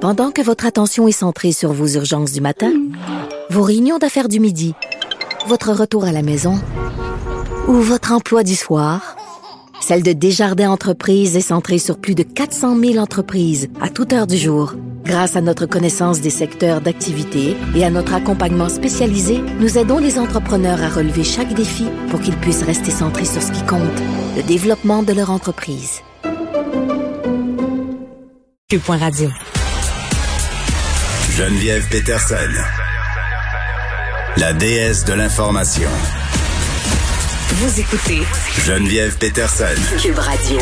Pendant que votre attention est centrée sur vos urgences du matin, vos réunions d'affaires du midi, votre retour à la maison ou votre emploi du soir, celle de Desjardins Entreprises est centrée sur plus de 400 000 entreprises à toute heure du jour. Grâce à notre connaissance des secteurs d'activité et à notre accompagnement spécialisé, nous aidons les entrepreneurs à relever chaque défi pour qu'ils puissent rester centrés sur ce qui compte, le développement de leur entreprise. Q.radio. Geneviève Peterson, la déesse de l'information. Vous écoutez Geneviève Peterson, Cube Radio.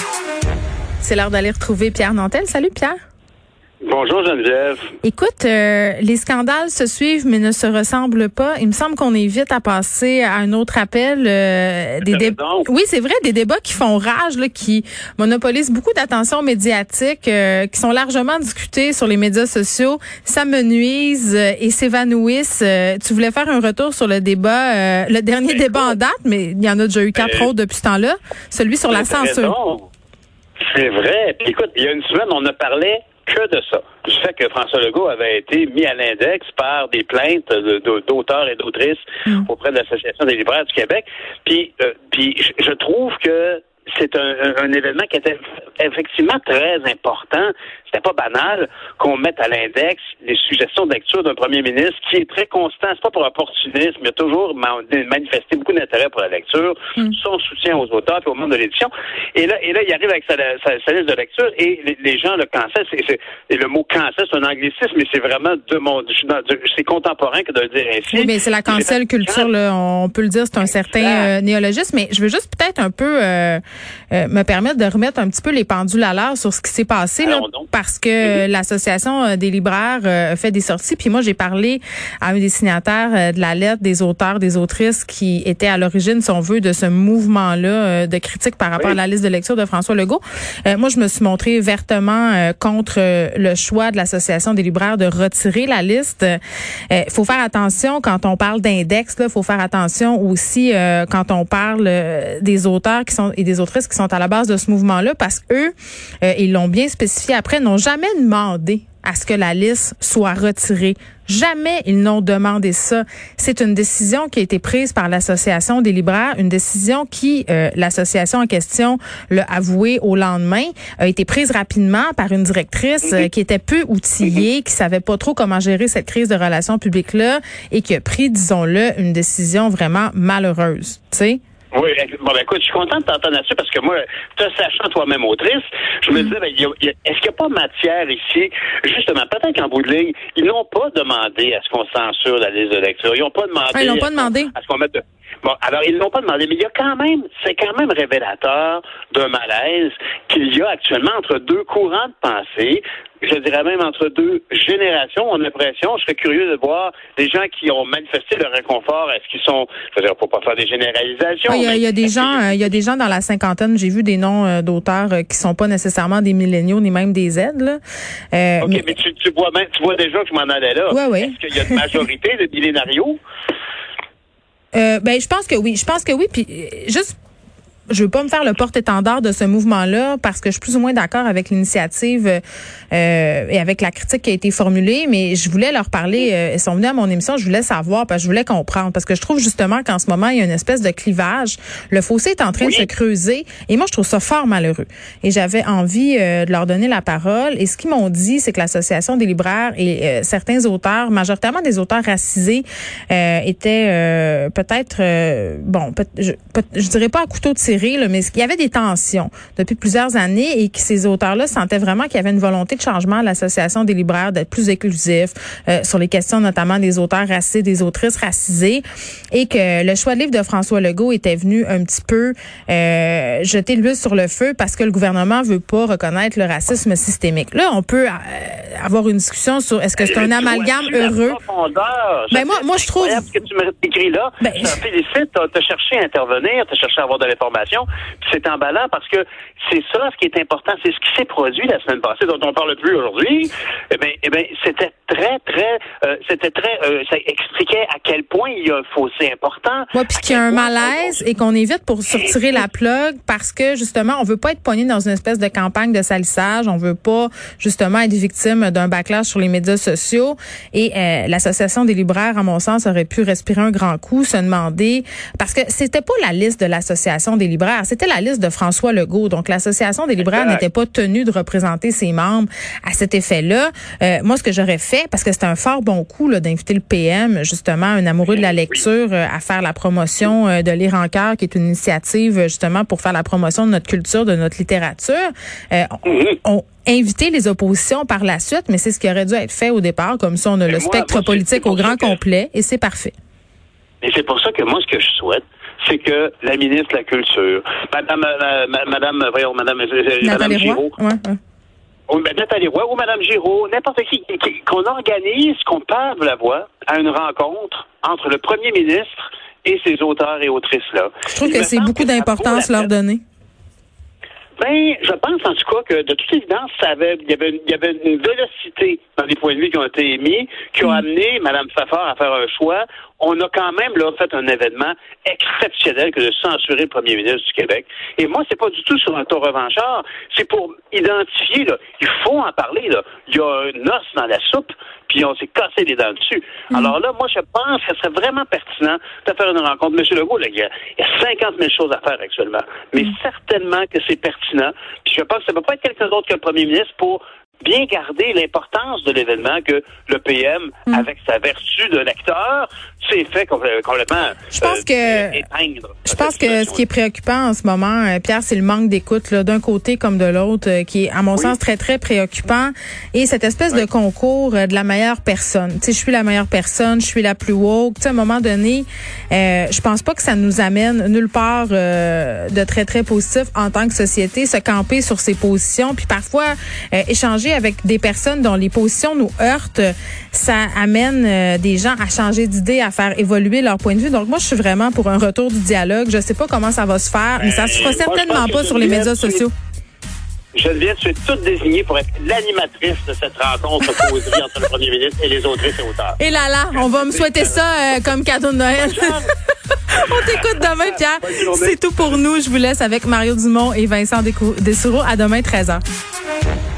C'est l'heure d'aller retrouver Pierre Nantel. Salut Pierre. Bonjour Geneviève. Écoute, les scandales se suivent mais ne se ressemblent pas. Il me semble qu'on est vite à passer à un autre appel. Oui, c'est vrai, des débats qui font rage, là, qui monopolisent beaucoup d'attention médiatique, qui sont largement discutés sur les médias sociaux, s'amenuisent et s'évanouissent. Tu voulais faire un retour sur le débat, le dernier débat en date, mais il y en a déjà eu 4 autres depuis ce temps-là, celui sur la censure. C'est vrai. Puis écoute, il y a une semaine, on ne parlait que de ça. Du fait que François Legault avait été mis à l'index par des plaintes d'auteurs et d'autrices auprès de l'Association des libraires du Québec. Puis je trouve que c'est un événement qui était effectivement très important. C'était pas banal qu'on mette à l'index les suggestions de lecture d'un premier ministre qui est très constant. C'est pas pour opportunisme. Il a toujours manifesté beaucoup d'intérêt pour la lecture, son soutien aux auteurs et au monde de l'édition. Et là, il arrive avec sa liste de lecture et les gens le cancellent. Et le mot cancel, c'est un anglicisme, mais c'est vraiment c'est contemporain que de le dire ainsi. Oui, mais c'est la cancel culture, là. On peut le dire, c'est un certain néologisme. Mais je veux juste peut-être un peu me permettre de remettre un petit peu les pendules à l'heure sur ce qui s'est passé, là, parce que l'Association des libraires fait des sorties. Puis moi, j'ai parlé à un des signataires de la lettre des auteurs, des autrices qui étaient à l'origine, si on veut, de ce mouvement-là de critique par rapport à la liste de lecture de François Legault. Moi, je me suis montrée vertement contre le choix de l'Association des libraires de retirer la liste. Faut faire attention quand on parle d'index. Il faut faire attention aussi quand on parle des auteurs qui sont et des autrices qui sont à la base de ce mouvement-là, parce qu'eux, ils l'ont bien spécifié après, n'ont jamais demandé à ce que la liste soit retirée. Jamais ils n'ont demandé ça. C'est une décision qui a été prise par l'Association des libraires, une décision qui, l'association en question l'a avoué au lendemain, a été prise rapidement par une directrice qui était peu outillée, qui savait pas trop comment gérer cette crise de relations publiques-là et qui a pris, disons-le, une décision vraiment malheureuse. Tu sais? Oui, bon, écoute, je suis content de t'entendre là-dessus parce que moi, te sachant toi-même autrice, je me disais, est-ce qu'il n'y a pas matière ici? Justement, peut-être qu'en bout de ligne, ils n'ont pas demandé à ce qu'on censure la liste de lecture. Ils n'ont pas demandé. Ils n'ont pas demandé. À ce qu'on mette Bon, alors, ils l'ont pas demandé, mais c'est quand même révélateur d'un malaise qu'il y a actuellement entre deux courants de pensée. Je dirais même entre deux générations. On a l'impression, je serais curieux de voir des gens qui ont manifesté leur inconfort. Est-ce qu'ils sont, je veux dire, faut pas faire des généralisations. Il y a des gens dans la cinquantaine. J'ai vu des noms d'auteurs qui sont pas nécessairement des milléniaux ni même des Z, là. Mais tu vois déjà que je m'en allais là. Ouais. Est-ce qu'il y a une majorité de millénarios? Je pense que oui. Puis juste, je veux pas me faire le porte-étendard de ce mouvement-là parce que je suis plus ou moins d'accord avec l'initiative et avec la critique qui a été formulée, mais je voulais leur parler. Ils sont venus à mon émission, je voulais savoir, parce que je voulais comprendre, parce que je trouve justement qu'en ce moment, il y a une espèce de clivage. Le fossé est en train de se creuser et moi, je trouve ça fort malheureux. Et j'avais envie de leur donner la parole. Et ce qu'ils m'ont dit, c'est que l'Association des libraires et certains auteurs, majoritairement des auteurs racisés, étaient peut-être, je dirais pas à couteau tiré, là, mais il y avait des tensions depuis plusieurs années et que ces auteurs-là sentaient vraiment qu'il y avait une volonté de changement à l'Association des libraires, d'être plus inclusif sur les questions notamment des auteurs racisés, des autrices racisées, et que le choix de livre de François Legault était venu un petit peu jeter l'huile sur le feu parce que le gouvernement veut pas reconnaître le racisme systémique. Là, on peut avoir une discussion sur est-ce que c'est un amalgame heureux. Moi je trouve ce que tu m'as écrit là, ça félicite, t'as cherché à intervenir, t'as cherché à avoir de l'information. Puis c'est emballant parce que c'est ça ce qui est important, c'est ce qui s'est produit la semaine passée, dont on parle plus aujourd'hui. Eh bien, c'était ça expliquait à quel point il y a un fossé important. Oui, puis qu'il y a un malaise et qu'on évite pour se retirer la plug parce que, justement, on veut pas être pogné dans une espèce de campagne de salissage. On veut pas, justement, être victime d'un backlash sur les médias sociaux. Et l'Association des libraires, à mon sens, aurait pu respirer un grand coup, se demander, parce que c'était pas la liste de l'Association des libraires, c'était la liste de François Legault. Donc, l'Association des libraires n'était pas tenue de représenter ses membres à cet effet-là. Moi, ce que j'aurais fait, parce que c'était un fort bon coup là, d'inviter le PM, justement, un amoureux de la lecture, à faire la promotion de Lire en cœur, qui est une initiative, justement, pour faire la promotion de notre culture, de notre littérature. On inviter les oppositions par la suite, mais c'est ce qui aurait dû être fait au départ, comme ça on a le spectre politique au grand complet, et c'est parfait. Et c'est pour ça que moi, ce que je souhaite, c'est que la ministre de la Culture, Madame Giraud, Nathalie Roy ou Mme Giraud, n'importe qui, qu'on organise, qu'on pave la voie à une rencontre entre le premier ministre et ses auteurs et autrices-là. Je trouve que c'est beaucoup d'importance leur donner. Ben, je pense en tout cas que de toute évidence, il y avait une vélocité dans les points de vue qui ont été émis, qui ont amené Mme Fafard à faire un choix. On a quand même là fait un événement exceptionnel que de censurer le premier ministre du Québec. Et moi, c'est pas du tout sur un ton revanchard. C'est pour identifier, là, il faut en parler, là. Il y a un os dans la soupe, puis on s'est cassé les dents dessus. Alors là, moi, je pense que ce serait vraiment pertinent de faire une rencontre. Monsieur Legault, là, il y a 50 000 choses à faire actuellement. Mais certainement que c'est pertinent. Puis je pense que ça ne peut pas être quelqu'un d'autre que le premier ministre pour bien garder l'importance de l'événement que le PM, avec sa vertu de lecteur, s'est fait complètement je pense que ce qui est préoccupant en ce moment, Pierre, c'est le manque d'écoute là, d'un côté comme de l'autre, qui est, à mon sens, très, très préoccupant. Et cette espèce de concours de la meilleure personne. Tu sais, je suis la meilleure personne, je suis la plus woke. Tu sais, à un moment donné, je pense pas que ça nous amène nulle part de très, très positif en tant que société, se camper sur ses positions, puis parfois échanger avec des personnes dont les positions nous heurtent, ça amène des gens à changer d'idée, à faire évoluer leur point de vue. Donc moi, je suis vraiment pour un retour du dialogue. Je sais pas comment ça va se faire, mais ça se fera certainement pas sur les médias sociaux. Geneviève, tu es toute désignée pour être l'animatrice de cette rencontre causerie entre le premier ministre et les autrices et auteurs. Et là, on va me souhaiter ça comme cadeau de Noël. On t'écoute demain, Pierre. C'est tout pour nous. Je vous laisse avec Mario Dumont et Vincent Dessureau. À demain, 13h.